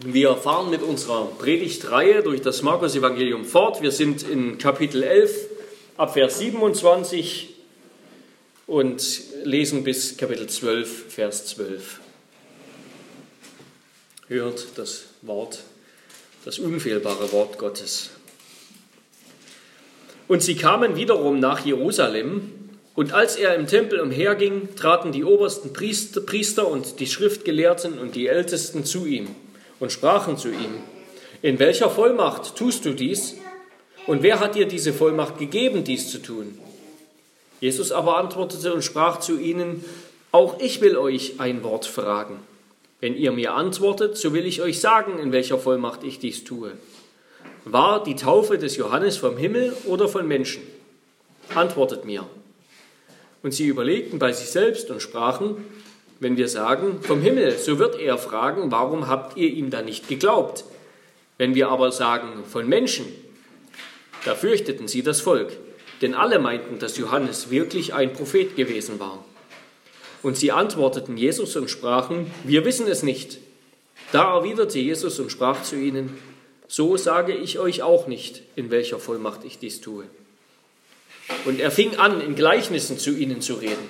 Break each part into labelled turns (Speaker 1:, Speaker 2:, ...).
Speaker 1: Wir fahren mit unserer Predigtreihe durch das Markus-Evangelium fort. Wir sind in Kapitel 11 ab Vers 27 und lesen bis Kapitel 12, Vers 12. Hört das Wort, das unfehlbare Wort Gottes. Und sie kamen wiederum nach Jerusalem, und als er im Tempel umherging, traten die obersten Priester und die Schriftgelehrten und die Ältesten zu ihm und sprachen zu ihm: In welcher Vollmacht tust du dies? Und wer hat dir diese Vollmacht gegeben, dies zu tun? Jesus aber antwortete und sprach zu ihnen: Auch ich will euch ein Wort fragen. Wenn ihr mir antwortet, so will ich euch sagen, in welcher Vollmacht ich dies tue. War die Taufe des Johannes vom Himmel oder von Menschen? Antwortet mir. Und sie überlegten bei sich selbst und sprachen: Wenn wir sagen, vom Himmel, so wird er fragen, warum habt ihr ihm da nicht geglaubt? Wenn wir aber sagen, von Menschen, da fürchteten sie das Volk, denn alle meinten, dass Johannes wirklich ein Prophet gewesen war. Und sie antworteten Jesus und sprachen: Wir wissen es nicht. Da erwiderte Jesus und sprach zu ihnen: So sage ich euch auch nicht, in welcher Vollmacht ich dies tue. Und er fing an, in Gleichnissen zu ihnen zu reden.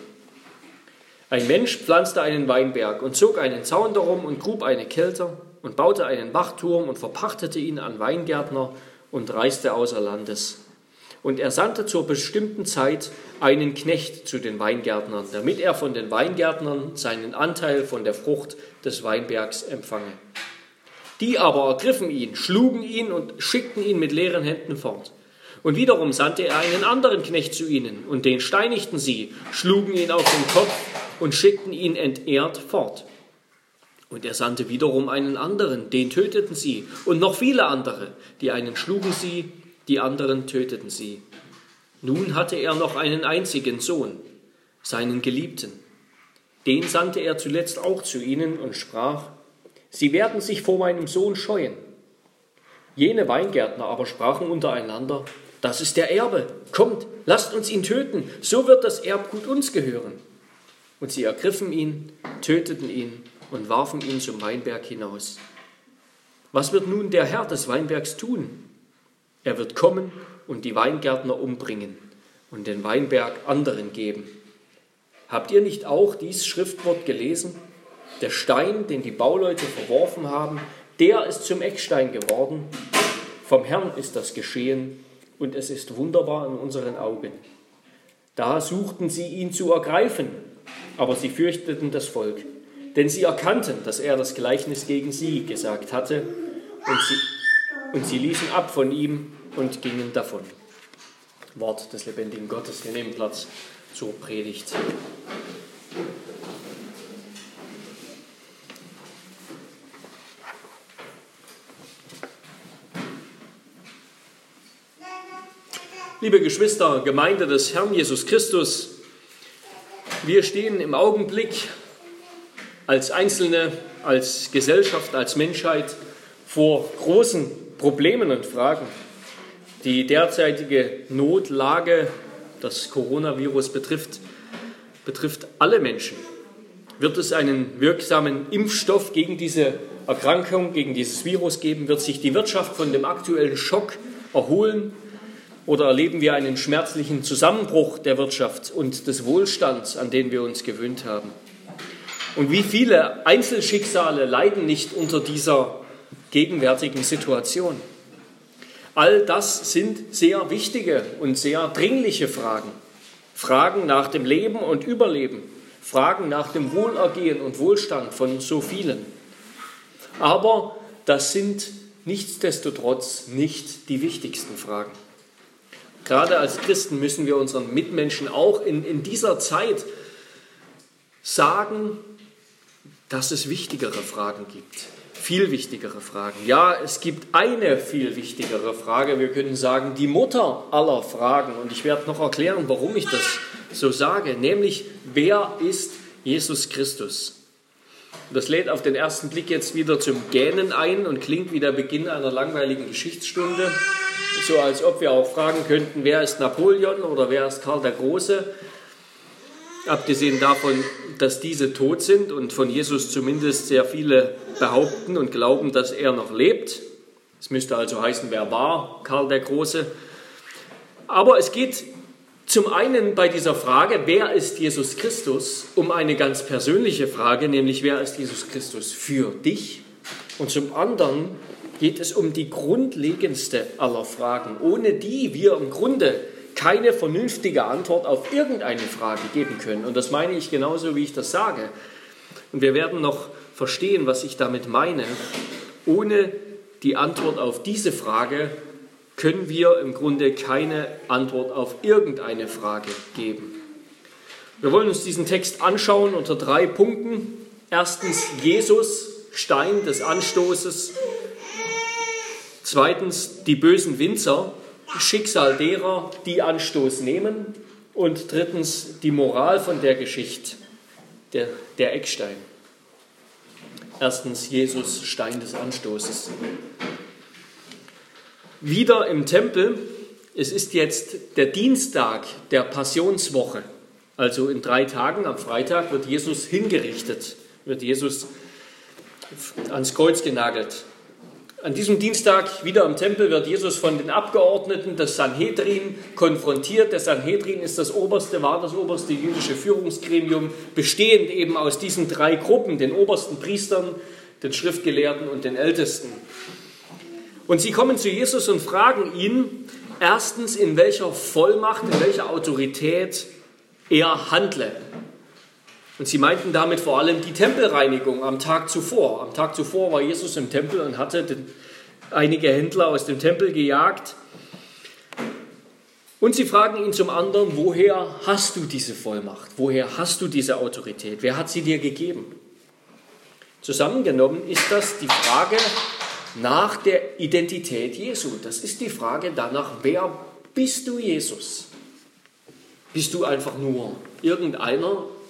Speaker 1: Ein Mensch pflanzte einen Weinberg und zog einen Zaun darum und grub eine Kelter und baute einen Wachturm und verpachtete ihn an Weingärtner und reiste außer Landes. Und er sandte zur bestimmten Zeit einen Knecht zu den Weingärtnern, damit er von den Weingärtnern seinen Anteil von der Frucht des Weinbergs empfange. Die aber ergriffen ihn, schlugen ihn und schickten ihn mit leeren Händen fort. Und wiederum sandte er einen anderen Knecht zu ihnen, und den steinigten sie, schlugen ihn auf den Kopf und schickten ihn entehrt fort. Und er sandte wiederum einen anderen, den töteten sie, und noch viele andere. Die einen schlugen sie, die anderen töteten sie. Nun hatte er noch einen einzigen Sohn, seinen Geliebten. Den sandte er zuletzt auch zu ihnen und sprach: Sie werden sich vor meinem Sohn scheuen. Jene Weingärtner aber sprachen untereinander: Das ist der Erbe, kommt, lasst uns ihn töten, so wird das Erbgut uns gehören. Und sie ergriffen ihn, töteten ihn und warfen ihn zum Weinberg hinaus. Was wird nun der Herr des Weinbergs tun? Er wird kommen und die Weingärtner umbringen und den Weinberg anderen geben. Habt ihr nicht auch dies Schriftwort gelesen? Der Stein, den die Bauleute verworfen haben, der ist zum Eckstein geworden. Vom Herrn ist das geschehen und es ist wunderbar in unseren Augen. Da suchten sie ihn zu ergreifen, aber sie fürchteten das Volk, denn sie erkannten, dass er das Gleichnis gegen sie gesagt hatte, und sie ließen ab von ihm und gingen davon. Wort des lebendigen Gottes. Wir nehmen Platz zur Predigt. Liebe Geschwister, Gemeinde des Herrn Jesus Christus, wir stehen im Augenblick als Einzelne, als Gesellschaft, als Menschheit vor großen Problemen und Fragen. Die derzeitige Notlage, das Coronavirus betrifft alle Menschen. Wird es einen wirksamen Impfstoff gegen diese Erkrankung, gegen dieses Virus geben? Wird sich die Wirtschaft von dem aktuellen Schock erholen? Oder erleben wir einen schmerzlichen Zusammenbruch der Wirtschaft und des Wohlstands, an den wir uns gewöhnt haben? Und wie viele Einzelschicksale leiden nicht unter dieser gegenwärtigen Situation? All das sind sehr wichtige und sehr dringliche Fragen. Fragen nach dem Leben und Überleben, Fragen nach dem Wohlergehen und Wohlstand von so vielen. Aber das sind nichtsdestotrotz nicht die wichtigsten Fragen. Gerade als Christen müssen wir unseren Mitmenschen auch in dieser Zeit sagen, dass es wichtigere Fragen gibt. Viel wichtigere Fragen. Ja, es gibt eine viel wichtigere Frage. Wir können sagen, die Mutter aller Fragen. Und ich werde noch erklären, warum ich das so sage. Nämlich, wer ist Jesus Christus? Und das lädt auf den ersten Blick jetzt wieder zum Gähnen ein und klingt wie der Beginn einer langweiligen Geschichtsstunde. So als ob wir auch fragen könnten, wer ist Napoleon oder wer ist Karl der Große. abgesehen davon, dass diese tot sind und von Jesus zumindest sehr viele behaupten und glauben, dass er noch lebt. Es müsste also heißen, wer war Karl der Große. Aber es geht zum einen bei dieser Frage, wer ist Jesus Christus, um eine ganz persönliche Frage, nämlich wer ist Jesus Christus für dich? Und zum anderen geht es um die grundlegendste aller Fragen, ohne die wir im Grunde keine vernünftige Antwort auf irgendeine Frage geben können. Und das meine ich genauso, wie ich das sage. Und wir werden noch verstehen, was ich damit meine. Ohne die Antwort auf diese Frage können wir im Grunde keine Antwort auf irgendeine Frage geben. Wir wollen uns diesen Text anschauen unter 3 Punkten. Erstens Jesus, Stein des Anstoßes. Zweitens die bösen Winzer, Schicksal derer, die Anstoß nehmen. Und drittens die Moral von der Geschichte, der Eckstein. Erstens Jesus, Stein des Anstoßes. Wieder im Tempel, es ist jetzt der Dienstag der Passionswoche, also in 3 Tagen, am Freitag wird Jesus hingerichtet, wird Jesus ans Kreuz genagelt. An diesem Dienstag wieder im Tempel wird Jesus von den Abgeordneten des Sanhedrin konfrontiert. Der Sanhedrin war das oberste jüdische Führungsgremium, bestehend eben aus diesen 3 Gruppen, den obersten Priestern, den Schriftgelehrten und den Ältesten. Und sie kommen zu Jesus und fragen ihn erstens, in welcher Vollmacht, in welcher Autorität er handle. Und sie meinten damit vor allem die Tempelreinigung am Tag zuvor. Am Tag zuvor war Jesus im Tempel und hatte einige Händler aus dem Tempel gejagt. Und sie fragen ihn zum anderen, woher hast du diese Vollmacht? Woher hast du diese Autorität? Wer hat sie dir gegeben? Zusammengenommen ist das die Frage nach der Identität Jesu. Das ist die Frage danach, wer bist du, Jesus? Bist du einfach nur irgendein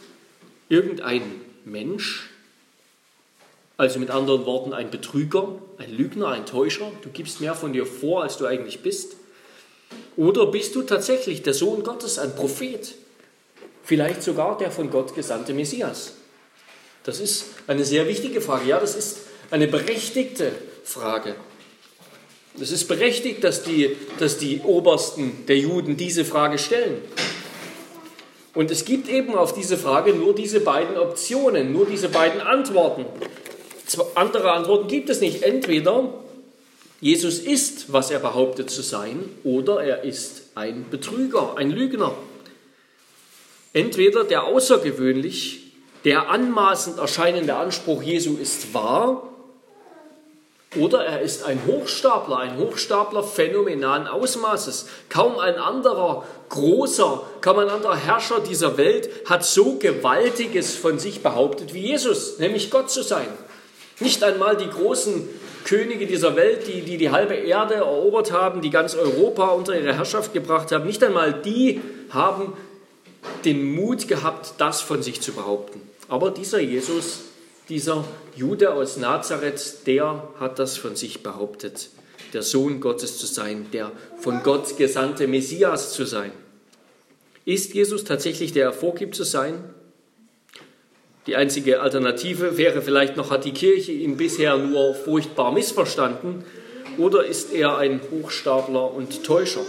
Speaker 1: Mensch? Also mit anderen Worten ein Betrüger, ein Lügner, ein Täuscher? Du gibst mehr von dir vor, als du eigentlich bist? Oder bist du tatsächlich der Sohn Gottes, ein Prophet? Vielleicht sogar der von Gott gesandte Messias? Das ist eine sehr wichtige Frage. Ja, das ist eine berechtigte Frage. Es ist berechtigt, dass die Obersten der Juden diese Frage stellen. Und es gibt eben auf diese Frage nur diese beiden Optionen, nur diese beiden Antworten. Andere Antworten gibt es nicht. Entweder Jesus ist, was er behauptet zu sein, oder er ist ein Betrüger, ein Lügner. Entweder der außergewöhnlich, der anmaßend erscheinende Anspruch Jesu ist wahr, oder er ist ein Hochstapler phänomenalen Ausmaßes. Kaum ein anderer Herrscher dieser Welt hat so Gewaltiges von sich behauptet wie Jesus, nämlich Gott zu sein. Nicht einmal die großen Könige dieser Welt, die halbe Erde erobert haben, die ganz Europa unter ihre Herrschaft gebracht haben, nicht einmal die haben den Mut gehabt, das von sich zu behaupten. Aber dieser Jesus, dieser Jude aus Nazareth, der hat das von sich behauptet, der Sohn Gottes zu sein, der von Gott gesandte Messias zu sein. Ist Jesus tatsächlich der er vorgibt zu sein? Die einzige Alternative wäre vielleicht noch, hat die Kirche ihn bisher nur furchtbar missverstanden, oder ist er ein Hochstapler und Täuscher?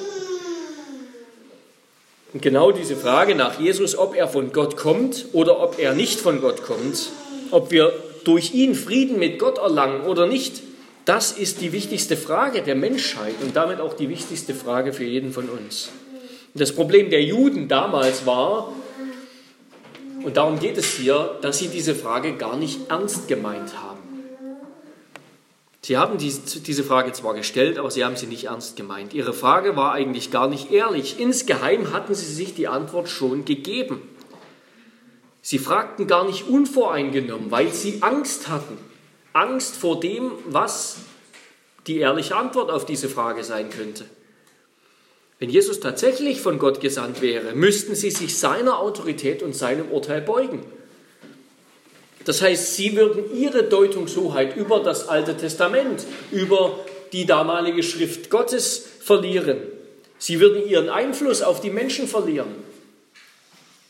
Speaker 1: Und genau diese Frage nach Jesus, ob er von Gott kommt oder ob er nicht von Gott kommt, ob wir durch ihn Frieden mit Gott erlangen oder nicht, das ist die wichtigste Frage der Menschheit und damit auch die wichtigste Frage für jeden von uns. Das Problem der Juden damals war, und darum geht es hier, dass sie diese Frage gar nicht ernst gemeint haben. Sie haben diese Frage zwar gestellt, aber sie haben sie nicht ernst gemeint. Ihre Frage war eigentlich gar nicht ehrlich. Insgeheim hatten sie sich die Antwort schon gegeben. Sie fragten gar nicht unvoreingenommen, weil sie Angst hatten. Angst vor dem, was die ehrliche Antwort auf diese Frage sein könnte. Wenn Jesus tatsächlich von Gott gesandt wäre, müssten sie sich seiner Autorität und seinem Urteil beugen. Das heißt, sie würden ihre Deutungshoheit über das Alte Testament, über die damalige Schrift Gottes verlieren. Sie würden ihren Einfluss auf die Menschen verlieren.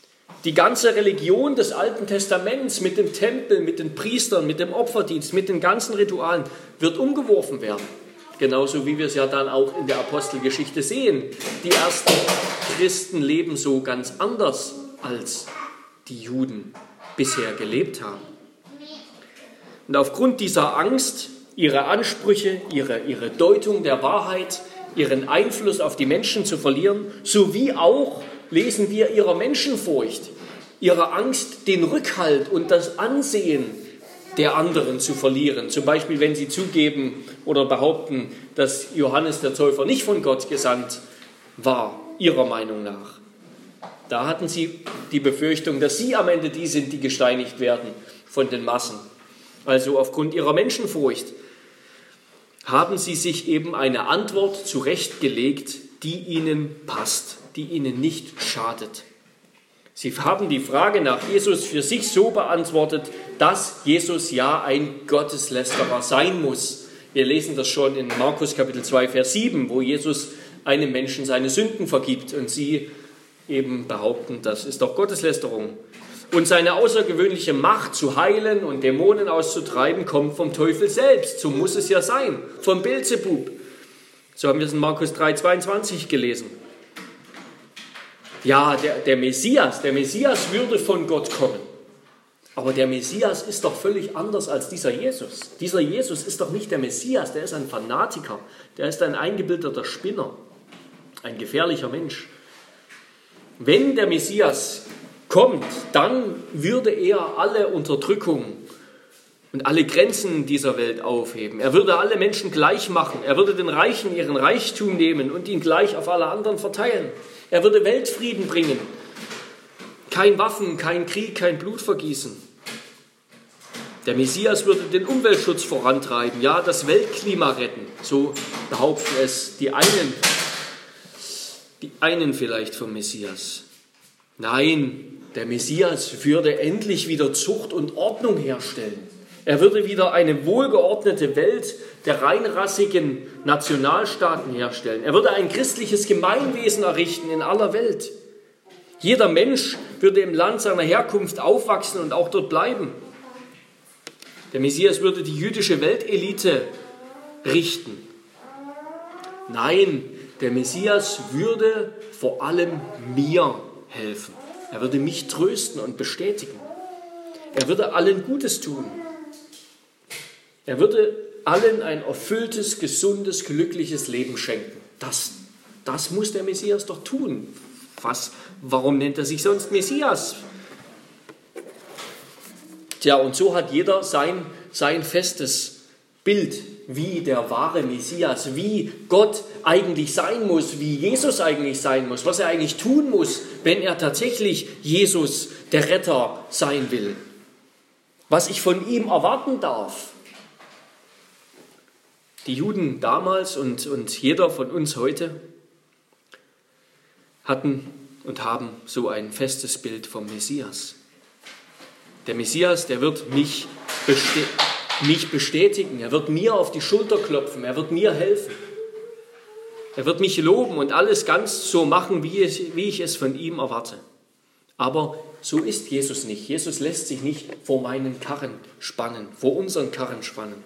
Speaker 1: Die ganze Religion des Alten Testaments mit dem Tempel, mit den Priestern, mit dem Opferdienst, mit den ganzen Ritualen wird umgeworfen werden. Genauso wie wir es ja dann auch in der Apostelgeschichte sehen. Die ersten Christen leben so ganz anders, als die Juden bisher gelebt haben. Und aufgrund dieser Angst, ihre Ansprüche, ihre Deutung der Wahrheit, ihren Einfluss auf die Menschen zu verlieren, sowie auch, lesen wir, ihrer Menschenfurcht, ihrer Angst, den Rückhalt und das Ansehen der anderen zu verlieren. Zum Beispiel, wenn sie zugeben oder behaupten, dass Johannes der Täufer nicht von Gott gesandt war, ihrer Meinung nach. Da hatten sie die Befürchtung, dass sie am Ende die sind, die gesteinigt werden von den Massen. Also aufgrund ihrer Menschenfurcht haben sie sich eben eine Antwort zurechtgelegt, die ihnen passt, die ihnen nicht schadet. Sie haben die Frage nach Jesus für sich so beantwortet, dass Jesus ja ein Gotteslästerer sein muss. Wir lesen das schon in Markus Kapitel 2, Vers 7, wo Jesus einem Menschen seine Sünden vergibt und sie eben behaupten, das ist doch Gotteslästerung. Und seine außergewöhnliche Macht zu heilen und Dämonen auszutreiben, kommt vom Teufel selbst. So muss es ja sein, vom Beelzebub. So haben wir es in Markus 3, 22 gelesen. Ja, der Messias würde von Gott kommen. Aber der Messias ist doch völlig anders als dieser Jesus. Dieser Jesus ist doch nicht der Messias, der ist ein Fanatiker, der ist ein eingebildeter Spinner, ein gefährlicher Mensch. Wenn der Messias kommt, dann würde er alle Unterdrückung und alle Grenzen dieser Welt aufheben. Er würde alle Menschen gleich machen. Er würde den Reichen ihren Reichtum nehmen und ihn gleich auf alle anderen verteilen. Er würde Weltfrieden bringen. Kein Waffen, kein Krieg, kein Blutvergießen. Der Messias würde den Umweltschutz vorantreiben, ja, das Weltklima retten. So behaupten es die einen vielleicht vom Messias. Nein, der Messias würde endlich wieder Zucht und Ordnung herstellen. Er würde wieder eine wohlgeordnete Welt der reinrassigen Nationalstaaten herstellen. Er würde ein christliches Gemeinwesen errichten in aller Welt. Jeder Mensch würde im Land seiner Herkunft aufwachsen und auch dort bleiben. Der Messias würde die jüdische Weltelite richten. Nein, der Messias würde vor allem mir helfen. Er würde mich trösten und bestätigen. Er würde allen Gutes tun. Er würde allen ein erfülltes, gesundes, glückliches Leben schenken. Das muss der Messias doch tun. Warum nennt er sich sonst Messias? Tja, und so hat jeder sein festes Bild, wie der wahre Messias, wie Gott eigentlich sein muss, wie Jesus eigentlich sein muss, was er eigentlich tun muss, wenn er tatsächlich Jesus, der Retter, sein will. Was ich von ihm erwarten darf. Die Juden damals und jeder von uns heute hatten und haben so ein festes Bild vom Messias. Der Messias, der wird mich bestätigen, er wird mir auf die Schulter klopfen, er wird mir helfen. Er wird mich loben und alles ganz so machen, wie ich es von ihm erwarte. Aber so ist Jesus nicht. Jesus lässt sich nicht vor meinen Karren spannen, vor unseren Karren spannen.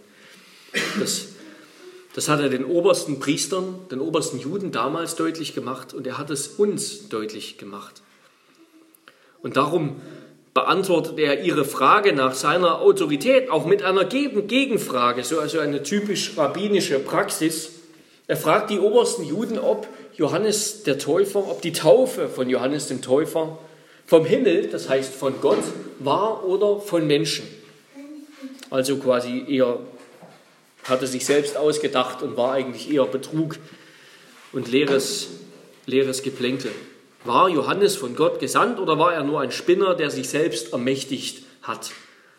Speaker 1: Das hat er den obersten Priestern, den obersten Juden damals deutlich gemacht und er hat es uns deutlich gemacht. Und darum beantwortet er ihre Frage nach seiner Autorität auch mit einer Gegenfrage, also eine typisch rabbinische Praxis. Er fragt die obersten Juden, ob Johannes der Täufer, ob die Taufe von Johannes dem Täufer vom Himmel, das heißt von Gott, war oder von Menschen. Also quasi eher hatte sich selbst ausgedacht und war eigentlich eher Betrug und leeres Geplänkel. War Johannes von Gott gesandt oder war er nur ein Spinner, der sich selbst ermächtigt hat?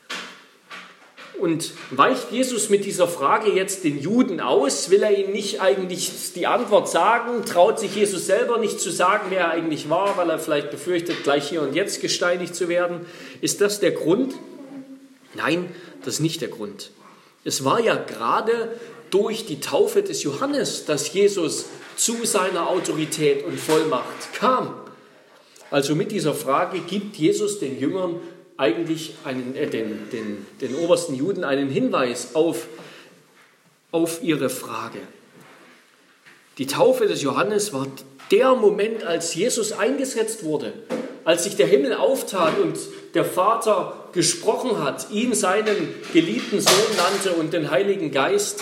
Speaker 1: Und weicht Jesus mit dieser Frage jetzt den Juden aus? Will er ihnen nicht eigentlich die Antwort sagen? Traut sich Jesus selber nicht zu sagen, wer er eigentlich war, weil er vielleicht befürchtet, gleich hier und jetzt gesteinigt zu werden? Ist das der Grund? Nein, das ist nicht der Grund. Es war ja gerade durch die Taufe des Johannes, dass Jesus zu seiner Autorität und Vollmacht kam. Also mit dieser Frage gibt Jesus den Jüngern eigentlich den obersten Juden einen Hinweis auf ihre Frage. Die Taufe des Johannes war der Moment, als Jesus eingesetzt wurde, als sich der Himmel auftat und der Vater gesprochen hat, ihn seinen geliebten Sohn nannte und der Heilige Geist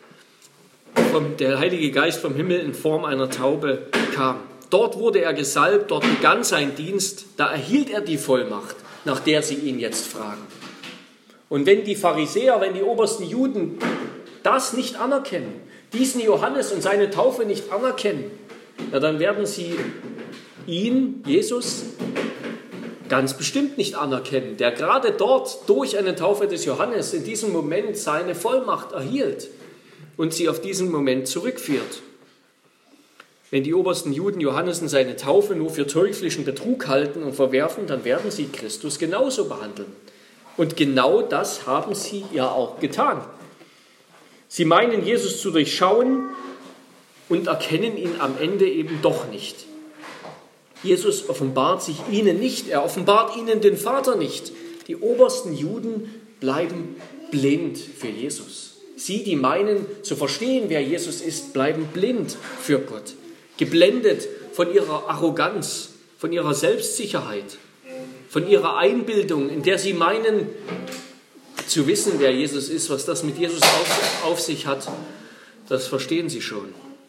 Speaker 1: vom Himmel in Form einer Taube kam. Dort wurde er gesalbt, dort begann sein Dienst, da erhielt er die Vollmacht, nach der sie ihn jetzt fragen. Und wenn die Pharisäer, wenn die obersten Juden das nicht anerkennen, diesen Johannes und seine Taufe nicht anerkennen, ja, dann werden sie ihn, Jesus, ganz bestimmt nicht anerkennen, der gerade dort durch eine Taufe des Johannes in diesem Moment seine Vollmacht erhielt und sie auf diesen Moment zurückführt. Wenn die obersten Juden Johannes und seine Taufe nur für teuflischen Betrug halten und verwerfen, dann werden sie Christus genauso behandeln. Und genau das haben sie ja auch getan. Sie meinen, Jesus zu durchschauen und erkennen ihn am Ende eben doch nicht. Jesus offenbart sich ihnen nicht, er offenbart ihnen den Vater nicht. Die obersten Juden bleiben blind für Jesus. Sie, die meinen zu verstehen, wer Jesus ist, bleiben blind für Gott. Geblendet von ihrer Arroganz, von ihrer Selbstsicherheit, von ihrer Einbildung, in der sie meinen zu wissen, wer Jesus ist, was das mit Jesus auf sich hat, das verstehen sie schon.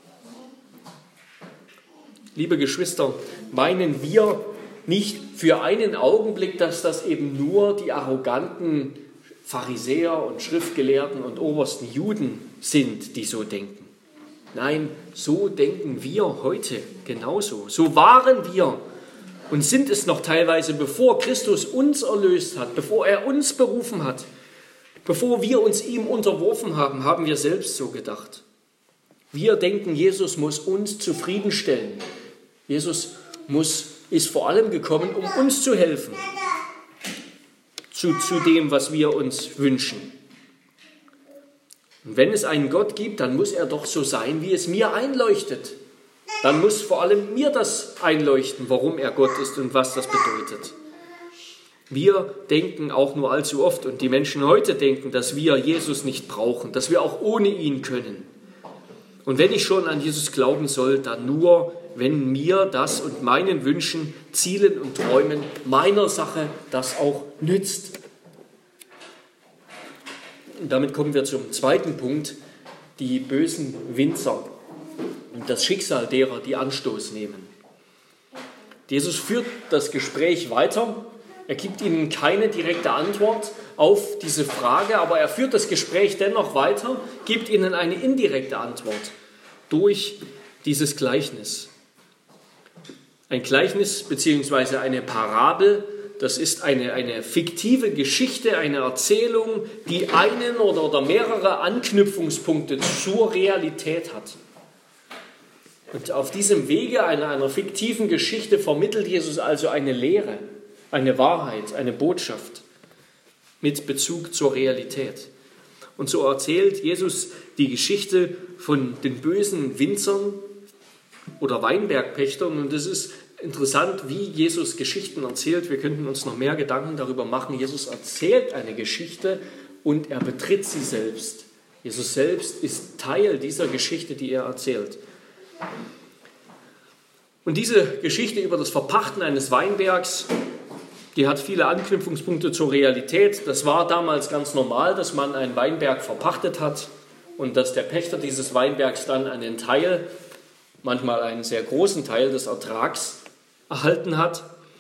Speaker 1: Liebe Geschwister, meinen wir nicht für einen Augenblick, dass das eben nur die arroganten Pharisäer und Schriftgelehrten und obersten Juden sind, die so denken? Nein, so denken wir heute genauso. So waren wir und sind es noch teilweise, bevor Christus uns erlöst hat, bevor er uns berufen hat, bevor wir uns ihm unterworfen haben, haben wir selbst so gedacht. Wir denken, Jesus muss uns zufriedenstellen. Jesus ist vor allem gekommen, um uns zu helfen, zu dem, was wir uns wünschen. Und wenn es einen Gott gibt, dann muss er doch so sein, wie es mir einleuchtet. Dann muss vor allem mir das einleuchten, warum er Gott ist und was das bedeutet. Wir denken auch nur allzu oft, und die Menschen heute denken, dass wir Jesus nicht brauchen, dass wir auch ohne ihn können. Und wenn ich schon an Jesus glauben soll, dann nur, wenn mir das und meinen Wünschen, Zielen und Träumen meiner Sache das auch nützt. Und damit kommen wir zum zweiten Punkt, die bösen Winzer und das Schicksal derer, die Anstoß nehmen. Jesus führt das Gespräch weiter. Er gibt ihnen keine direkte Antwort auf diese Frage, aber er führt das Gespräch dennoch weiter, gibt ihnen eine indirekte Antwort durch dieses Gleichnis. Ein Gleichnis bzw. eine Parabel, das ist eine fiktive Geschichte, eine Erzählung, die einen oder mehrere Anknüpfungspunkte zur Realität hat. Und auf diesem Wege einer fiktiven Geschichte vermittelt Jesus also eine Lehre, eine Wahrheit, eine Botschaft mit Bezug zur Realität. Und so erzählt Jesus die Geschichte von den bösen Winzern oder Weinbergpächtern. Und es ist interessant, wie Jesus Geschichten erzählt. Wir könnten uns noch mehr Gedanken darüber machen. Jesus erzählt eine Geschichte und er betritt sie selbst. Jesus selbst ist Teil dieser Geschichte, die er erzählt. Und diese Geschichte über das Verpachten eines Weinbergs, die hat viele Anknüpfungspunkte zur Realität. Das war damals ganz normal, dass man einen Weinberg verpachtet hat und dass der Pächter dieses Weinbergs dann einen Teil, manchmal einen sehr großen Teil des Ertrags erhalten hat.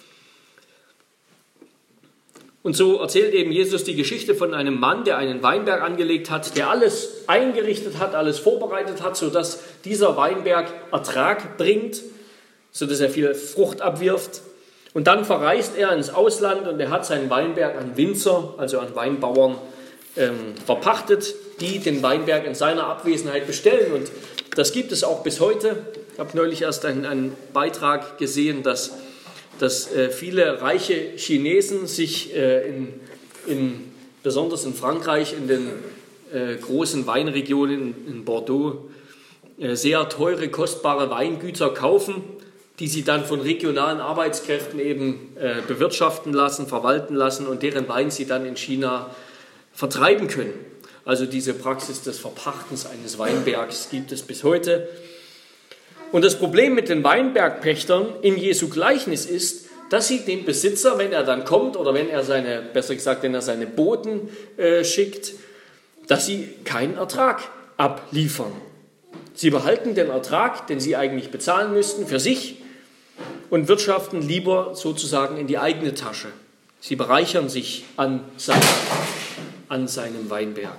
Speaker 1: Und so erzählt eben Jesus die Geschichte von einem Mann, der einen Weinberg angelegt hat, der alles eingerichtet hat, alles vorbereitet hat, sodass dieser Weinberg Ertrag bringt, sodass er viel Frucht abwirft. Und dann verreist er ins Ausland und er hat seinen Weinberg an Winzer, also an Weinbauern, verpachtet, die den Weinberg in seiner Abwesenheit bestellen. Und das gibt es auch bis heute. Ich habe neulich erst einen Beitrag gesehen, dass viele reiche Chinesen sich besonders in Frankreich, in den großen Weinregionen in Bordeaux, sehr teure, kostbare Weingüter kaufen, die sie dann von regionalen Arbeitskräften eben bewirtschaften lassen, verwalten lassen und deren Wein sie dann in China vertreiben können. Also diese Praxis des Verpachtens eines Weinbergs gibt es bis heute. Und das Problem mit den Weinbergpächtern in Jesu Gleichnis ist, dass sie dem Besitzer, wenn er dann kommt oder wenn er seine Boten schickt, dass sie keinen Ertrag abliefern. Sie behalten den Ertrag, den sie eigentlich bezahlen müssten, für sich und wirtschaften lieber sozusagen in die eigene Tasche. Sie bereichern sich an seinem Weinberg.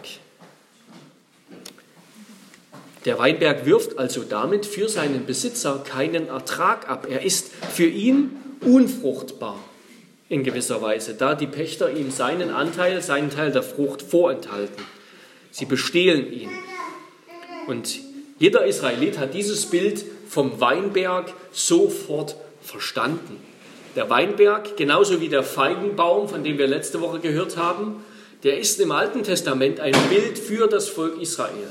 Speaker 1: Der Weinberg wirft also damit für seinen Besitzer keinen Ertrag ab. Er ist für ihn unfruchtbar in gewisser Weise, da die Pächter ihm seinen Teil der Frucht vorenthalten. Sie bestehlen ihn. Und jeder Israelit hat dieses Bild vom Weinberg sofort verstanden. Der Weinberg, genauso wie der Feigenbaum, von dem wir letzte Woche gehört haben, der ist im Alten Testament ein Bild für das Volk Israel.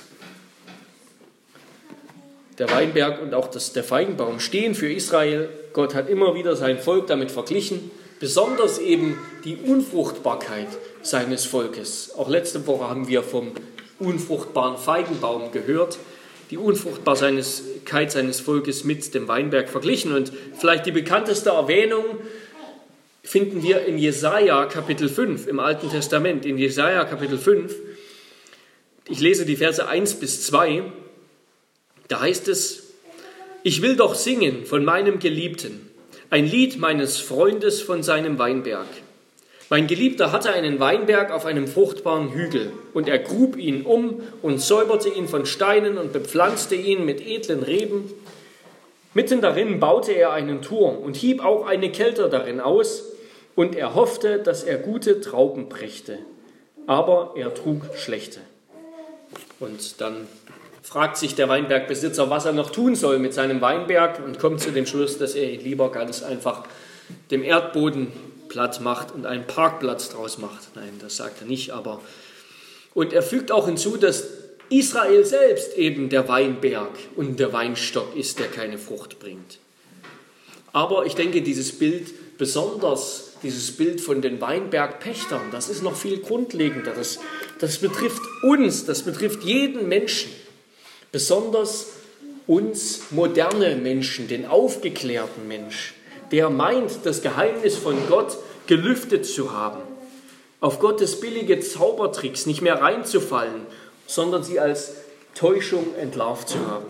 Speaker 1: Der Weinberg und auch der Feigenbaum stehen für Israel. Gott hat immer wieder sein Volk damit verglichen, besonders eben die Unfruchtbarkeit seines Volkes. Auch letzte Woche haben wir vom unfruchtbaren Feigenbaum gehört, die Unfruchtbarkeit seines Volkes mit dem Weinberg verglichen. Und vielleicht die bekannteste Erwähnung finden wir in Jesaja Kapitel 5 im Alten Testament. In Jesaja Kapitel 5, ich lese die Verse 1 bis 2, da heißt es: Ich will doch singen von meinem Geliebten, ein Lied meines Freundes von seinem Weinberg. Mein Geliebter hatte einen Weinberg auf einem fruchtbaren Hügel, und er grub ihn um und säuberte ihn von Steinen und bepflanzte ihn mit edlen Reben. Mitten darin baute er einen Turm und hieb auch eine Kelter darin aus, und er hoffte, dass er gute Trauben brächte, aber er trug schlechte. Und dann fragt sich der Weinbergbesitzer, was er noch tun soll mit seinem Weinberg, und kommt zu dem Schluss, dass er ihn lieber ganz einfach dem Erdboden platt macht und einen Parkplatz draus macht. Nein, das sagt er nicht, aber... Und er fügt auch hinzu, dass Israel selbst eben der Weinberg und der Weinstock ist, der keine Frucht bringt. Aber ich denke, dieses Bild, besonders dieses Bild von den Weinbergpächtern, das ist noch viel grundlegender. Das betrifft uns, das betrifft jeden Menschen. Besonders uns moderne Menschen, den aufgeklärten Mensch, der meint, das Geheimnis von Gott gelüftet zu haben, auf Gottes billige Zaubertricks nicht mehr reinzufallen, sondern sie als Täuschung entlarvt zu haben.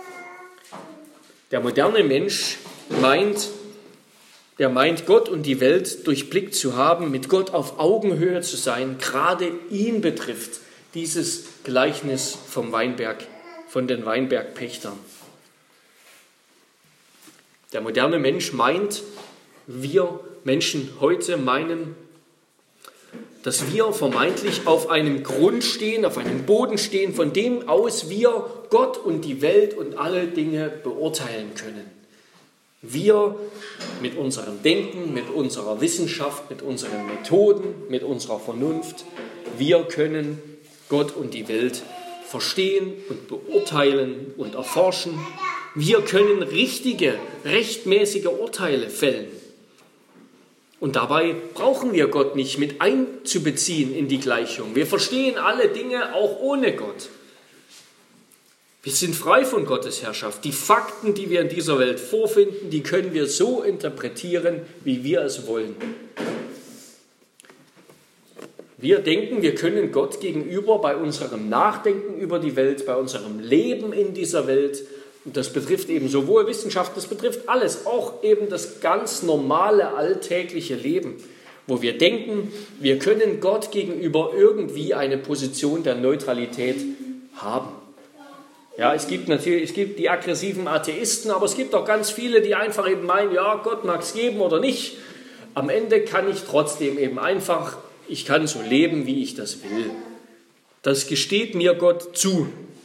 Speaker 1: Der moderne Mensch meint, Gott und die Welt durchblickt zu haben, mit Gott auf Augenhöhe zu sein. Gerade ihn betrifft dieses Gleichnis vom Weinberg, von den Weinbergpächtern. Der moderne Mensch meint, wir Menschen heute meinen, dass wir vermeintlich auf einem Grund stehen, auf einem Boden stehen, von dem aus wir Gott und die Welt und alle Dinge beurteilen können. Wir mit unserem Denken, mit unserer Wissenschaft, mit unseren Methoden, mit unserer Vernunft, wir können Gott und die Welt verstehen und beurteilen und erforschen. Wir können richtige, rechtmäßige Urteile fällen. Und dabei brauchen wir Gott nicht mit einzubeziehen in die Gleichung. Wir verstehen alle Dinge auch ohne Gott. Wir sind frei von Gottes Herrschaft. Die Fakten, die wir in dieser Welt vorfinden, die können wir so interpretieren, wie wir es wollen. Wir denken, wir können Gott gegenüber bei unserem Nachdenken über die Welt, bei unserem Leben in dieser Welt, und das betrifft eben sowohl Wissenschaft, das betrifft alles, auch eben das ganz normale alltägliche Leben, wo wir denken, wir können Gott gegenüber irgendwie eine Position der Neutralität haben. Ja, es gibt die aggressiven Atheisten, aber es gibt auch ganz viele, die einfach eben meinen, ja, Gott mag es geben oder nicht. Am Ende kann ich trotzdem eben einfach, ich kann so leben, wie ich das will. Das gesteht mir Gott zu.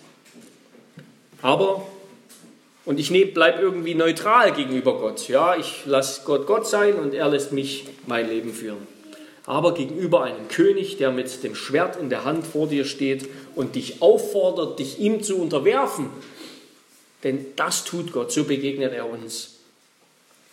Speaker 1: Und ich bleibe irgendwie neutral gegenüber Gott. Ja, ich lasse Gott Gott sein und er lässt mich mein Leben führen. Aber gegenüber einem König, der mit dem Schwert in der Hand vor dir steht und dich auffordert, dich ihm zu unterwerfen, denn das tut Gott, so begegnet er uns.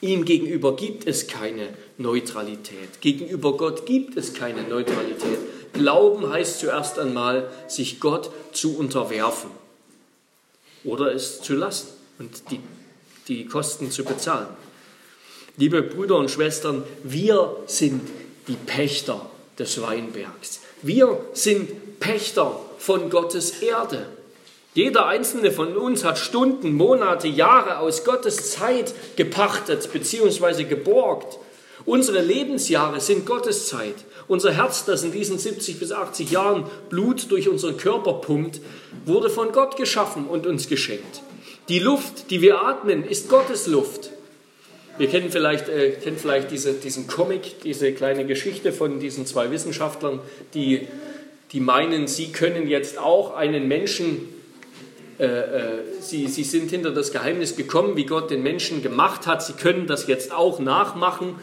Speaker 1: Ihm gegenüber gibt es keine Neutralität. Gegenüber Gott gibt es keine Neutralität. Glauben heißt zuerst einmal, sich Gott zu unterwerfen oder es zu lassen und die Kosten zu bezahlen. Liebe Brüder und Schwestern, wir sind die Pächter des Weinbergs. Wir sind Pächter von Gottes Erde. Jeder einzelne von uns hat Stunden, Monate, Jahre aus Gottes Zeit gepachtet bzw. geborgt. Unsere Lebensjahre sind Gottes Zeit. Unser Herz, das in diesen 70 bis 80 Jahren Blut durch unseren Körper pumpt, wurde von Gott geschaffen und uns geschenkt. Die Luft, die wir atmen, ist Gottes Luft. Wir kennen vielleicht diesen Comic, diese kleine Geschichte von diesen zwei Wissenschaftlern, die meinen, sie können jetzt auch einen Menschen, sie sind hinter das Geheimnis gekommen, wie Gott den Menschen gemacht hat. Sie können das jetzt auch nachmachen.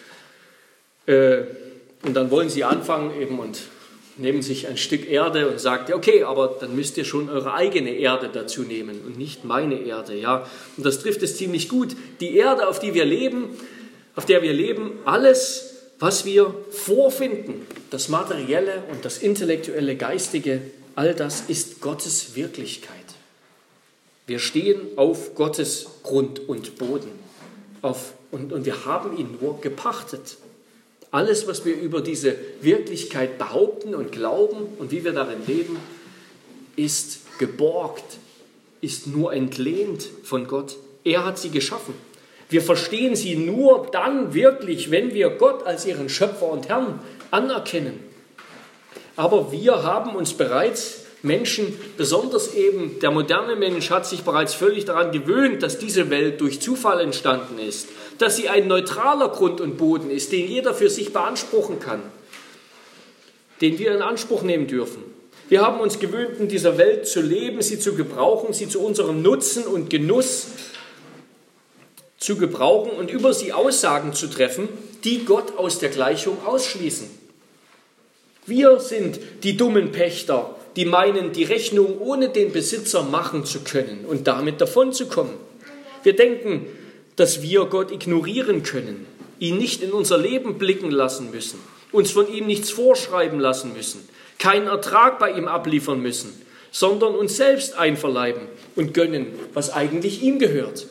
Speaker 1: Und dann wollen sie anfangen eben und nehmen sich ein Stück Erde und sagen, okay, aber dann müsst ihr schon eure eigene Erde dazu nehmen und nicht meine Erde. Ja? Und das trifft es ziemlich gut. Die Erde, auf der wir leben, alles, was wir vorfinden, das Materielle und das Intellektuelle, Geistige, all das ist Gottes Wirklichkeit. Wir stehen auf Gottes Grund und Boden und wir haben ihn nur gepachtet. Alles, was wir über diese Wirklichkeit behaupten und glauben und wie wir darin leben, ist geborgt, ist nur entlehnt von Gott. Er hat sie geschaffen. Wir verstehen sie nur dann wirklich, wenn wir Gott als ihren Schöpfer und Herrn anerkennen. Aber wir haben uns bereits Menschen, besonders eben der moderne Mensch, hat sich bereits völlig daran gewöhnt, dass diese Welt durch Zufall entstanden ist, dass sie ein neutraler Grund und Boden ist, den jeder für sich beanspruchen kann, den wir in Anspruch nehmen dürfen. Wir haben uns gewöhnt, in dieser Welt zu leben, sie zu gebrauchen, sie zu unserem Nutzen und Genuss zu gebrauchen und über sie Aussagen zu treffen, die Gott aus der Gleichung ausschließen. Wir sind die dummen Pächter, die meinen, die Rechnung ohne den Besitzer machen zu können und damit davonzukommen. Wir denken, dass wir Gott ignorieren können, ihn nicht in unser Leben blicken lassen müssen, uns von ihm nichts vorschreiben lassen müssen, keinen Ertrag bei ihm abliefern müssen, sondern uns selbst einverleiben und gönnen, was eigentlich ihm gehört.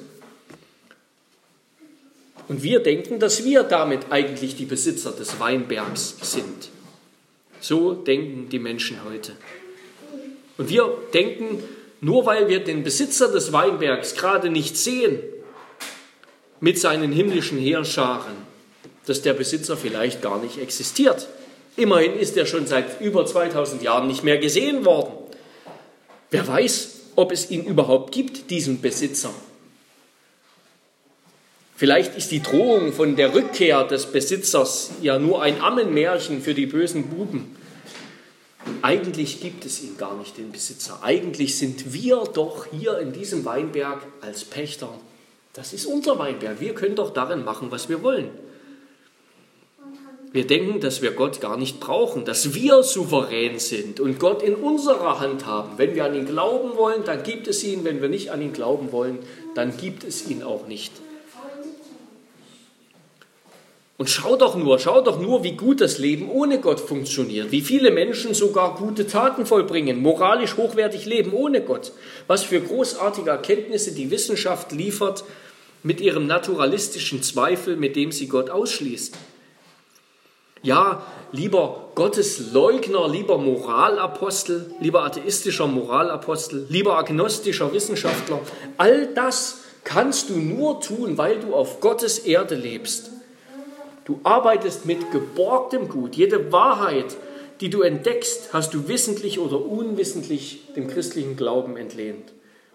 Speaker 1: Und wir denken, dass wir damit eigentlich die Besitzer des Weinbergs sind. So denken die Menschen heute. Und wir denken, nur weil wir den Besitzer des Weinbergs gerade nicht sehen, mit seinen himmlischen Heerscharen, dass der Besitzer vielleicht gar nicht existiert. Immerhin ist er schon seit über 2000 Jahren nicht mehr gesehen worden. Wer weiß, ob es ihn überhaupt gibt, diesen Besitzer. Vielleicht ist die Drohung von der Rückkehr des Besitzers ja nur ein Ammenmärchen für die bösen Buben. Eigentlich gibt es ihn gar nicht, den Besitzer. Eigentlich sind wir doch hier in diesem Weinberg als Pächter. Das ist unser Weinberg. Wir können doch darin machen, was wir wollen. Wir denken, dass wir Gott gar nicht brauchen, dass wir souverän sind und Gott in unserer Hand haben. Wenn wir an ihn glauben wollen, dann gibt es ihn. Wenn wir nicht an ihn glauben wollen, dann gibt es ihn auch nicht. Und schau doch nur, wie gut das Leben ohne Gott funktioniert. Wie viele Menschen sogar gute Taten vollbringen, moralisch hochwertig leben ohne Gott. Was für großartige Erkenntnisse die Wissenschaft liefert mit ihrem naturalistischen Zweifel, mit dem sie Gott ausschließt. Ja, lieber Gottesleugner, lieber Moralapostel, lieber atheistischer Moralapostel, lieber agnostischer Wissenschaftler, all das kannst du nur tun, weil du auf Gottes Erde lebst. Du arbeitest mit geborgtem Gut. Jede Wahrheit, die du entdeckst, hast du wissentlich oder unwissentlich dem christlichen Glauben entlehnt.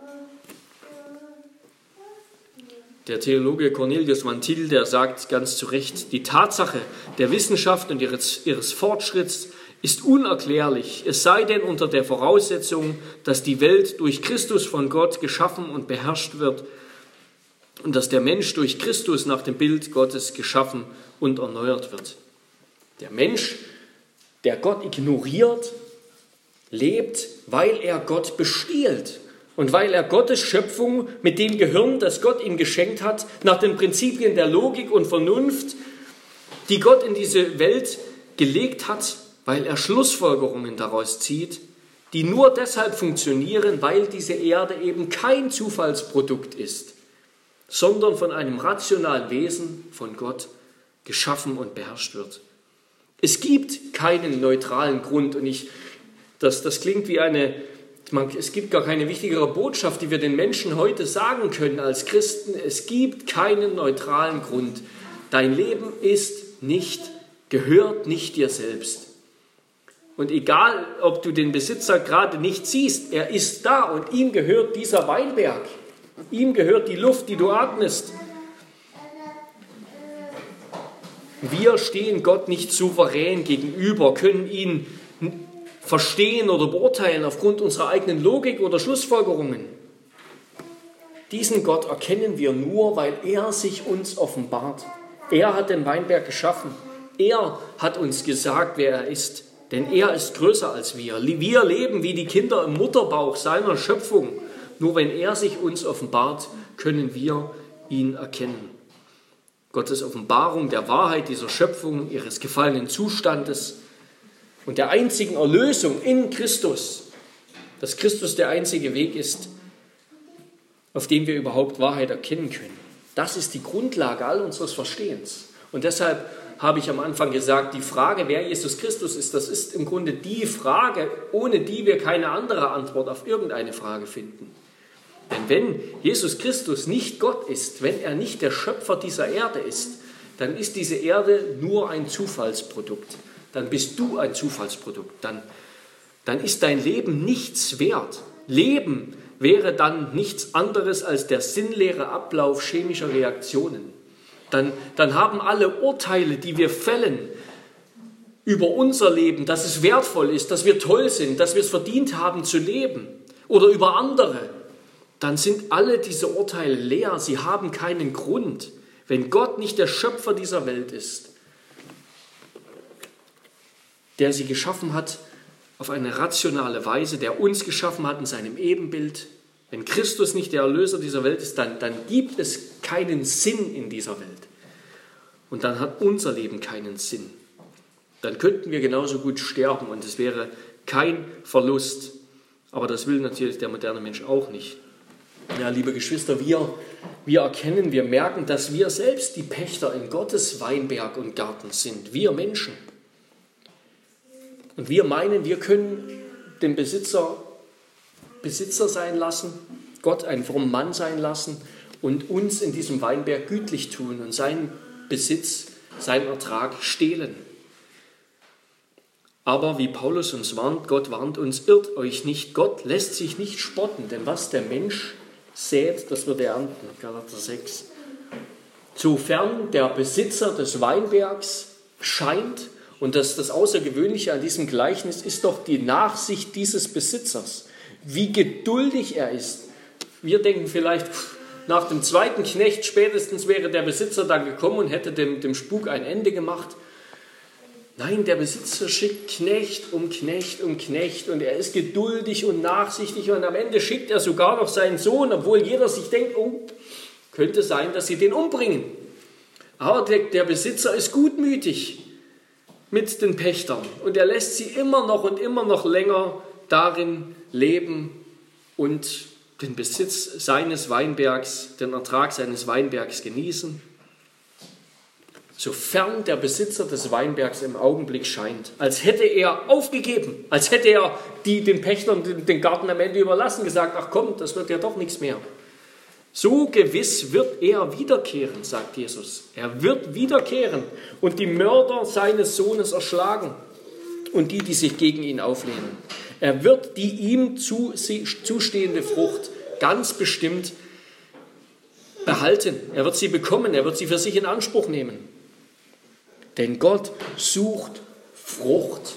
Speaker 1: Der Theologe Cornelius van Til, der sagt ganz zu Recht, die Tatsache der Wissenschaft und ihres Fortschritts ist unerklärlich, es sei denn unter der Voraussetzung, dass die Welt durch Christus von Gott geschaffen und beherrscht wird und dass der Mensch durch Christus nach dem Bild Gottes geschaffen und erneuert wird. Der Mensch, der Gott ignoriert, lebt, weil er Gott bestiehlt Und weil er Gottes Schöpfung mit dem Gehirn, das Gott ihm geschenkt hat, nach den Prinzipien der Logik und Vernunft, die Gott in diese Welt gelegt hat, weil er Schlussfolgerungen daraus zieht, die nur deshalb funktionieren, weil diese Erde eben kein Zufallsprodukt ist, sondern von einem rationalen Wesen von Gott geschaffen und beherrscht wird. Es gibt keinen neutralen Grund und das klingt wie es gibt gar keine wichtigere Botschaft, die wir den Menschen heute sagen können als Christen. Es gibt keinen neutralen Grund. Dein Leben gehört nicht dir selbst. Und egal, ob du den Besitzer gerade nicht siehst, er ist da und ihm gehört dieser Weinberg. Ihm gehört die Luft, die du atmest. Wir stehen Gott nicht souverän gegenüber, können ihn verstehen oder beurteilen aufgrund unserer eigenen Logik oder Schlussfolgerungen. Diesen Gott erkennen wir nur, weil er sich uns offenbart. Er hat den Weinberg geschaffen. Er hat uns gesagt, wer er ist. Denn er ist größer als wir. Wir leben wie die Kinder im Mutterbauch seiner Schöpfung. Nur wenn er sich uns offenbart, können wir ihn erkennen. Gottes Offenbarung der Wahrheit dieser Schöpfung, ihres gefallenen Zustandes und der einzigen Erlösung in Christus, dass Christus der einzige Weg ist, auf dem wir überhaupt Wahrheit erkennen können. Das ist die Grundlage all unseres Verstehens. Und deshalb habe ich am Anfang gesagt, die Frage, wer Jesus Christus ist, das ist im Grunde die Frage, ohne die wir keine andere Antwort auf irgendeine Frage finden. Denn wenn Jesus Christus nicht Gott ist, wenn er nicht der Schöpfer dieser Erde ist, dann ist diese Erde nur ein Zufallsprodukt. Dann bist du ein Zufallsprodukt. Dann ist dein Leben nichts wert. Leben wäre dann nichts anderes als der sinnleere Ablauf chemischer Reaktionen. Dann haben alle Urteile, die wir fällen über unser Leben, dass es wertvoll ist, dass wir toll sind, dass wir es verdient haben zu leben oder über andere, dann sind alle diese Urteile leer. Sie haben keinen Grund, wenn Gott nicht der Schöpfer dieser Welt ist, der sie geschaffen hat auf eine rationale Weise, der uns geschaffen hat in seinem Ebenbild. Wenn Christus nicht der Erlöser dieser Welt ist, dann gibt es keinen Sinn in dieser Welt. Und dann hat unser Leben keinen Sinn. Dann könnten wir genauso gut sterben und es wäre kein Verlust. Aber das will natürlich der moderne Mensch auch nicht. Ja, liebe Geschwister, wir erkennen, wir merken, dass wir selbst die Pächter in Gottes Weinberg und Garten sind. Wir Menschen. Und wir meinen, wir können den Besitzer sein lassen, Gott ein frommer Mann sein lassen und uns in diesem Weinberg gütlich tun und seinen Besitz, seinen Ertrag stehlen. Aber wie Paulus uns warnt, Gott warnt uns, irrt euch nicht, Gott lässt sich nicht spotten, denn was der Mensch sät, das wird er ernten. Galater 6. Sofern der Besitzer des Weinbergs scheint, und das Außergewöhnliche an diesem Gleichnis ist doch die Nachsicht dieses Besitzers, wie geduldig er ist. Wir denken vielleicht, nach dem zweiten Knecht spätestens wäre der Besitzer dann gekommen und hätte dem Spuk ein Ende gemacht. Nein, der Besitzer schickt Knecht um Knecht um Knecht und er ist geduldig und nachsichtig und am Ende schickt er sogar noch seinen Sohn, obwohl jeder sich denkt, oh, könnte sein, dass sie den umbringen. Aber der Besitzer ist gutmütig mit den Pächtern und er lässt sie immer noch länger darin leben und den Besitz seines Weinbergs, den Ertrag seines Weinbergs genießen, sofern der Besitzer des Weinbergs im Augenblick scheint, als hätte er aufgegeben, als hätte er den Pächtern den Garten am Ende überlassen, gesagt, ach komm, das wird ja doch nichts mehr. So gewiss wird er wiederkehren, sagt Jesus. Er wird wiederkehren und die Mörder seines Sohnes erschlagen und die sich gegen ihn auflehnen. Er wird die ihm zustehende Frucht ganz bestimmt behalten. Er wird sie bekommen, er wird sie für sich in Anspruch nehmen. Denn Gott sucht Frucht.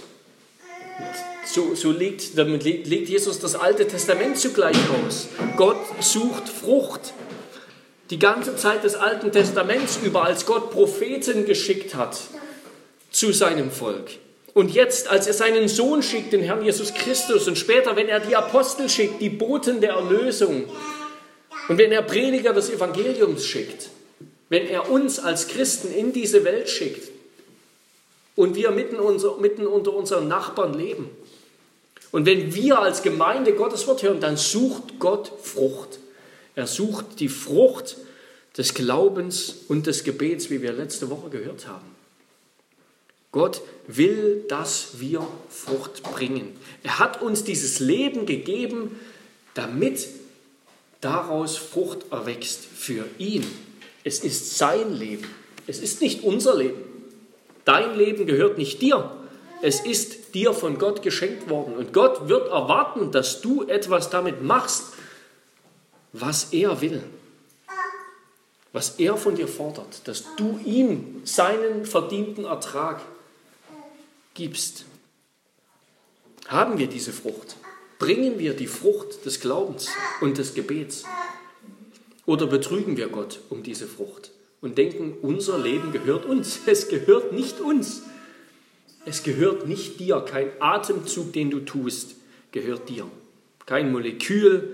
Speaker 1: Damit legt Jesus das Alte Testament zugleich aus. Gott sucht Frucht. Die ganze Zeit des Alten Testaments über, als Gott Propheten geschickt hat zu seinem Volk. Und jetzt, als er seinen Sohn schickt, den Herrn Jesus Christus, und später, wenn er die Apostel schickt, die Boten der Erlösung, und wenn er Prediger des Evangeliums schickt, wenn er uns als Christen in diese Welt schickt und wir mitten unter unseren Nachbarn leben, und wenn wir als Gemeinde Gottes Wort hören, dann sucht Gott Frucht. Er sucht die Frucht des Glaubens und des Gebets, wie wir letzte Woche gehört haben. Gott will, dass wir Frucht bringen. Er hat uns dieses Leben gegeben, damit daraus Frucht erwächst für ihn. Es ist sein Leben. Es ist nicht unser Leben. Dein Leben gehört nicht dir. Es ist dir von Gott geschenkt worden. Und Gott wird erwarten, dass du etwas damit machst, was er will. Was er von dir fordert. Dass du ihm seinen verdienten Ertrag gibst. Haben wir diese Frucht? Bringen wir die Frucht des Glaubens und des Gebets? Oder betrügen wir Gott um diese Frucht und denken, unser Leben gehört uns? Es gehört nicht uns. Es gehört nicht dir. Kein Atemzug, den du tust, gehört dir. Kein Molekül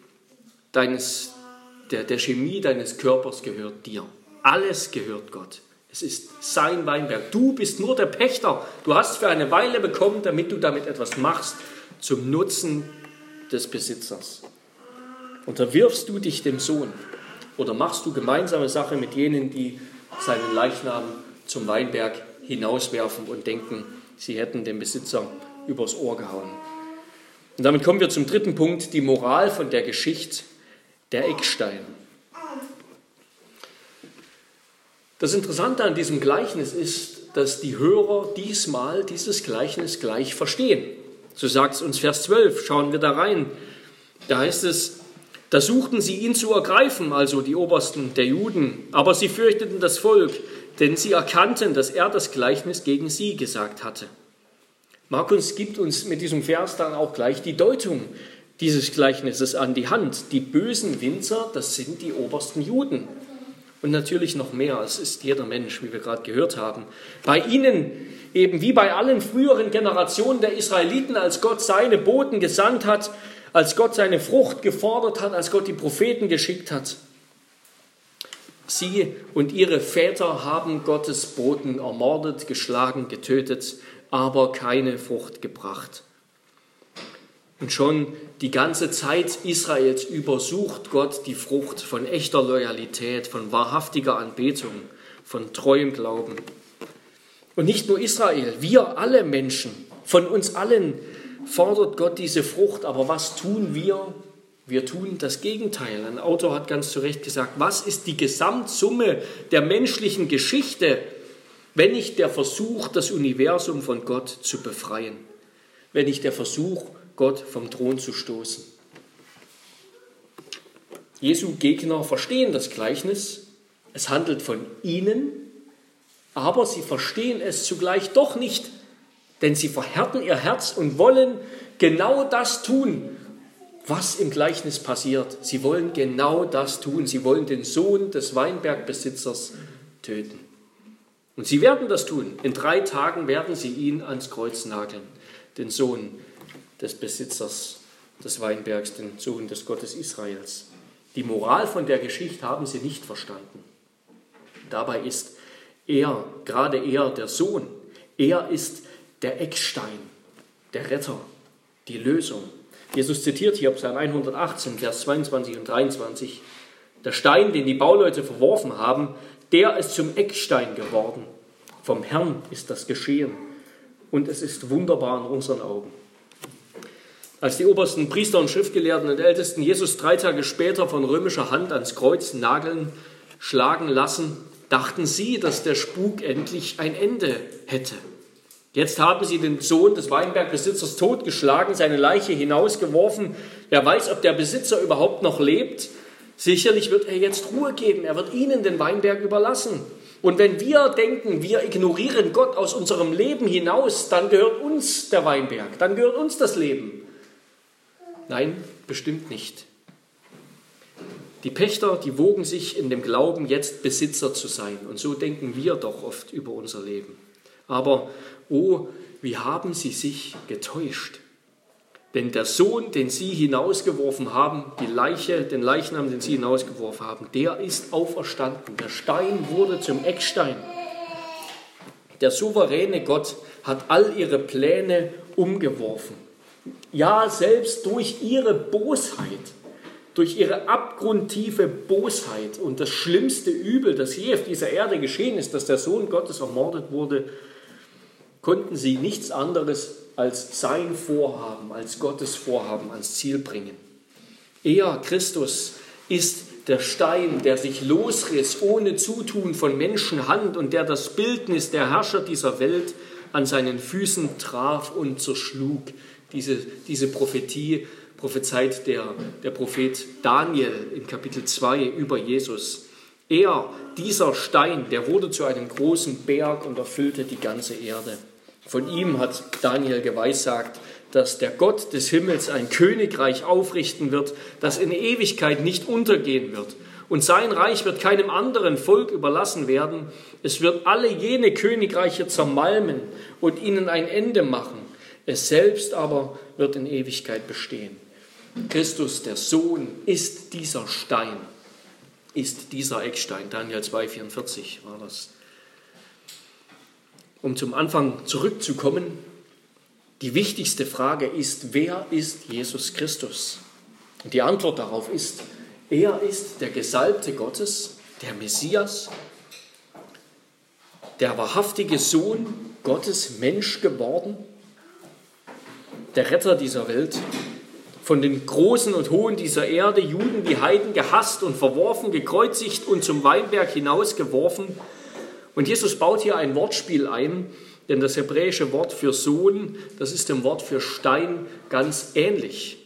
Speaker 1: der Chemie deines Körpers gehört dir. Alles gehört Gott. Es ist sein Weinberg. Du bist nur der Pächter. Du hast für eine Weile bekommen, damit du damit etwas machst, zum Nutzen des Besitzers. Unterwirfst du dich dem Sohn oder machst du gemeinsame Sache mit jenen, die seinen Leichnam zum Weinberg hinauswerfen und denken, sie hätten dem Besitzer übers Ohr gehauen? Und damit kommen wir zum dritten Punkt, die Moral von der Geschichte, der Eckstein. Das Interessante an diesem Gleichnis ist, dass die Hörer diesmal dieses Gleichnis gleich verstehen. So sagt es uns Vers 12, schauen wir da rein. Da heißt es, da suchten sie ihn zu ergreifen, also die Obersten der Juden, aber sie fürchteten das Volk, denn sie erkannten, dass er das Gleichnis gegen sie gesagt hatte. Markus gibt uns mit diesem Vers dann auch gleich die Deutung dieses Gleichnisses an die Hand. Die bösen Winzer, das sind die obersten Juden. Und natürlich noch mehr, es ist jeder Mensch, wie wir gerade gehört haben. Bei ihnen, eben wie bei allen früheren Generationen der Israeliten, als Gott seine Boten gesandt hat, als Gott seine Frucht gefordert hat, als Gott die Propheten geschickt hat. Sie und ihre Väter haben Gottes Boten ermordet, geschlagen, getötet, aber keine Frucht gebracht. Und schon die ganze Zeit Israels über sucht Gott die Frucht von echter Loyalität, von wahrhaftiger Anbetung, von treuem Glauben. Und nicht nur Israel, wir alle Menschen, von uns allen fordert Gott diese Frucht. Aber was tun wir? Wir tun das Gegenteil. Ein Autor hat ganz zu Recht gesagt, was ist die Gesamtsumme der menschlichen Geschichte, wenn nicht der Versuch, das Universum von Gott zu befreien? Wenn nicht der Versuch, Gott vom Thron zu stoßen. Jesu Gegner verstehen das Gleichnis. Es handelt von ihnen, aber sie verstehen es zugleich doch nicht, denn sie verhärten ihr Herz und wollen genau das tun, was im Gleichnis passiert. Sie wollen genau das tun. Sie wollen den Sohn des Weinbergbesitzers töten. Und sie werden das tun. In 3 Tagen werden sie ihn ans Kreuz nageln, den Sohn des Besitzers des Weinbergs, den Sohn des Gottes Israels. Die Moral von der Geschichte haben sie nicht verstanden. Dabei ist er, gerade er, der Sohn, er ist der Eckstein, der Retter, die Lösung. Jesus zitiert hier Psalm 118, Vers 22 und 23. Der Stein, den die Bauleute verworfen haben, der ist zum Eckstein geworden. Vom Herrn ist das geschehen und es ist wunderbar in unseren Augen. Als die obersten Priester und Schriftgelehrten und Ältesten Jesus 3 Tage später von römischer Hand ans Kreuz nageln, schlagen lassen, dachten sie, dass der Spuk endlich ein Ende hätte. Jetzt haben sie den Sohn des Weinbergbesitzers totgeschlagen, seine Leiche hinausgeworfen. Wer weiß, ob der Besitzer überhaupt noch lebt. Sicherlich wird er jetzt Ruhe geben. Er wird ihnen den Weinberg überlassen. Und wenn wir denken, wir ignorieren Gott aus unserem Leben hinaus, dann gehört uns der Weinberg, dann gehört uns das Leben. Nein, bestimmt nicht. Die Pächter, die wogen sich in dem Glauben, jetzt Besitzer zu sein. Und so denken wir doch oft über unser Leben. Aber oh, wie haben sie sich getäuscht? Denn der Sohn, den sie hinausgeworfen haben, den Leichnam, den sie hinausgeworfen haben, der ist auferstanden. Der Stein wurde zum Eckstein. Der souveräne Gott hat all ihre Pläne umgeworfen. Ja, selbst durch ihre Bosheit, durch ihre abgrundtiefe Bosheit und das schlimmste Übel, das je auf dieser Erde geschehen ist, dass der Sohn Gottes ermordet wurde, konnten sie nichts anderes als sein Vorhaben, als Gottes Vorhaben ans Ziel bringen. Er, Christus, ist der Stein, der sich losriss ohne Zutun von Menschenhand und der das Bildnis der Herrscher dieser Welt an seinen Füßen traf und zerschlug. Diese Prophetie prophezeit der Prophet Daniel in Kapitel 2 über Jesus. Er, dieser Stein, der wurde zu einem großen Berg und erfüllte die ganze Erde. Von ihm hat Daniel geweissagt, dass der Gott des Himmels ein Königreich aufrichten wird, das in Ewigkeit nicht untergehen wird. Und sein Reich wird keinem anderen Volk überlassen werden. Es wird alle jene Königreiche zermalmen und ihnen ein Ende machen. Es selbst aber wird in Ewigkeit bestehen. Christus, der Sohn, ist dieser Stein, ist dieser Eckstein. Daniel 2,44 war das. Um zum Anfang zurückzukommen, die wichtigste Frage ist, wer ist Jesus Christus? Und die Antwort darauf ist, er ist der Gesalbte Gottes, der Messias, der wahrhaftige Sohn Gottes, Mensch geworden, der Retter dieser Welt, von den Großen und Hohen dieser Erde, Juden wie Heiden, gehasst und verworfen, gekreuzigt und zum Weinberg hinausgeworfen. Und Jesus baut hier ein Wortspiel ein, denn das hebräische Wort für Sohn, das ist dem Wort für Stein ganz ähnlich.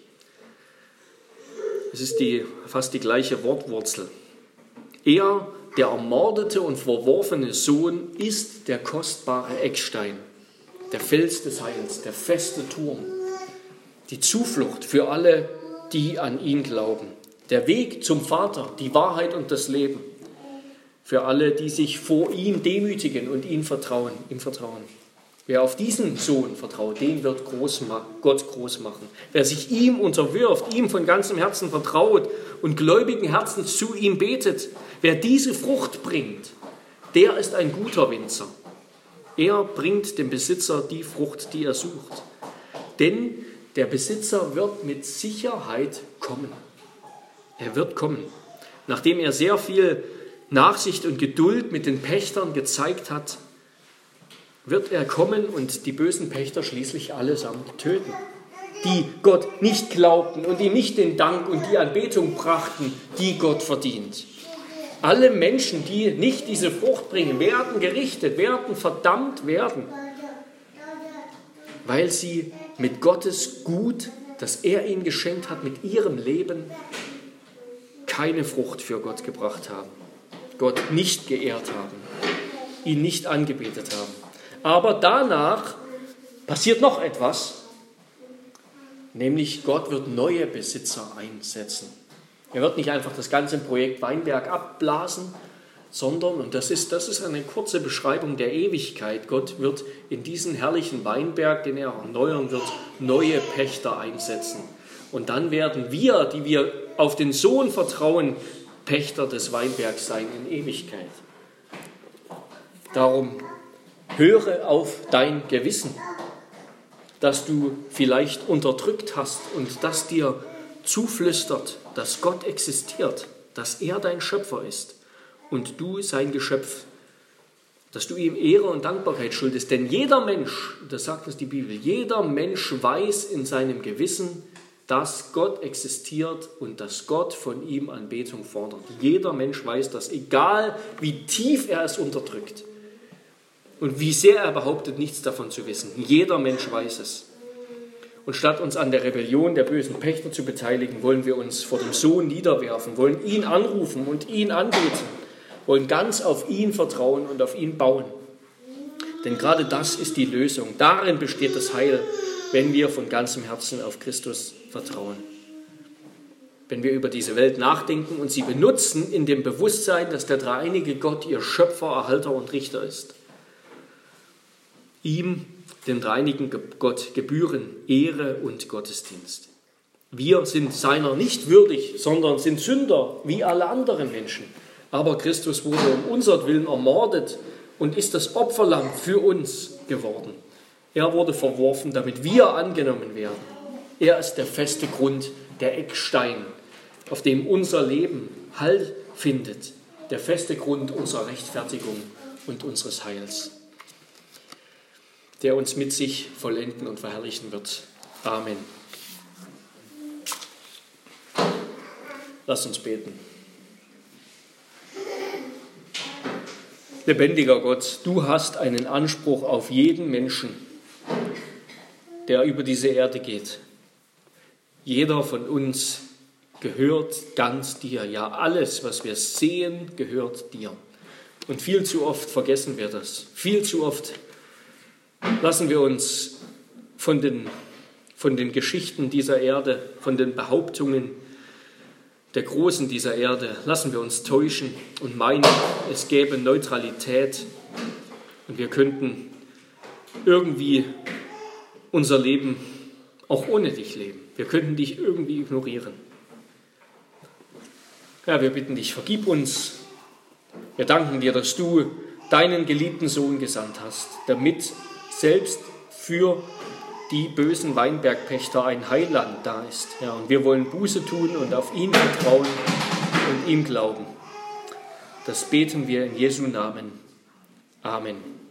Speaker 1: Es ist fast die gleiche Wortwurzel. Er, der ermordete und verworfene Sohn, ist der kostbare Eckstein, der Fels des Heils, der feste Turm, die Zuflucht für alle, die an ihn glauben, der Weg zum Vater, die Wahrheit und das Leben, für alle, die sich vor ihm demütigen und ihm vertrauen. Wer auf diesen Sohn vertraut, den wird Gott groß machen. Wer sich ihm unterwirft, ihm von ganzem Herzen vertraut und gläubigen Herzens zu ihm betet, wer diese Frucht bringt, der ist ein guter Winzer. Er bringt dem Besitzer die Frucht, die er sucht. Denn der Besitzer wird mit Sicherheit kommen. Er wird kommen, nachdem er sehr viel Nachsicht und Geduld mit den Pächtern gezeigt hat, wird er kommen und die bösen Pächter schließlich allesamt töten, die Gott nicht glaubten und ihm nicht den Dank und die Anbetung brachten, die Gott verdient. Alle Menschen, die nicht diese Frucht bringen, werden gerichtet, werden verdammt werden, weil sie mit Gottes Gut, das er ihnen geschenkt hat, mit ihrem Leben keine Frucht für Gott gebracht haben, Gott nicht geehrt haben, ihn nicht angebetet haben. Aber danach passiert noch etwas, nämlich Gott wird neue Besitzer einsetzen. Er wird nicht einfach das ganze Projekt Weinberg abblasen, sondern, und das ist eine kurze Beschreibung der Ewigkeit, Gott wird in diesen herrlichen Weinberg, den er erneuern wird, neue Pächter einsetzen. Und dann werden wir, die wir auf den Sohn vertrauen, Pächter des Weinbergs sein in Ewigkeit. Darum höre auf dein Gewissen, das du vielleicht unterdrückt hast und das dir zuflüstert, dass Gott existiert, dass er dein Schöpfer ist und du sein Geschöpf, dass du ihm Ehre und Dankbarkeit schuldest. Denn jeder Mensch, das sagt uns die Bibel, jeder Mensch weiß in seinem Gewissen, dass Gott existiert und dass Gott von ihm Anbetung fordert. Jeder Mensch weiß das, egal wie tief er es unterdrückt und wie sehr er behauptet, nichts davon zu wissen. Jeder Mensch weiß es. Und statt uns an der Rebellion der bösen Pächter zu beteiligen, wollen wir uns vor dem Sohn niederwerfen, wollen ihn anrufen und ihn anbeten, wollen ganz auf ihn vertrauen und auf ihn bauen. Denn gerade das ist die Lösung. Darin besteht das Heil, wenn wir von ganzem Herzen auf Christus vertrauen. Wenn wir über diese Welt nachdenken und sie benutzen in dem Bewusstsein, dass der dreieinige Gott ihr Schöpfer, Erhalter und Richter ist. Ihm dem dreinigen Gott gebühren Ehre und Gottesdienst. Wir sind seiner nicht würdig, sondern sind Sünder wie alle anderen Menschen. Aber Christus wurde um unsertwillen ermordet und ist das Opferlamm für uns geworden. Er wurde verworfen, damit wir angenommen werden. Er ist der feste Grund, der Eckstein, auf dem unser Leben Halt findet, der feste Grund unserer Rechtfertigung und unseres Heils, der uns mit sich vollenden und verherrlichen wird. Amen. Lass uns beten. Lebendiger Gott, du hast einen Anspruch auf jeden Menschen, der über diese Erde geht. Jeder von uns gehört ganz dir. Ja, alles, was wir sehen, gehört dir. Und viel zu oft vergessen wir das. Viel zu oft lassen wir uns von den Geschichten dieser Erde, von den Behauptungen der Großen dieser Erde, lassen wir uns täuschen und meinen, es gäbe Neutralität und wir könnten irgendwie unser Leben auch ohne dich leben. Wir könnten dich irgendwie ignorieren. Ja, wir bitten dich, vergib uns. Wir danken dir, dass du deinen geliebten Sohn gesandt hast, damit selbst für die bösen Weinbergpächter ein Heiland da ist. Ja, und wir wollen Buße tun und auf ihn vertrauen und ihm glauben. Das beten wir in Jesu Namen. Amen.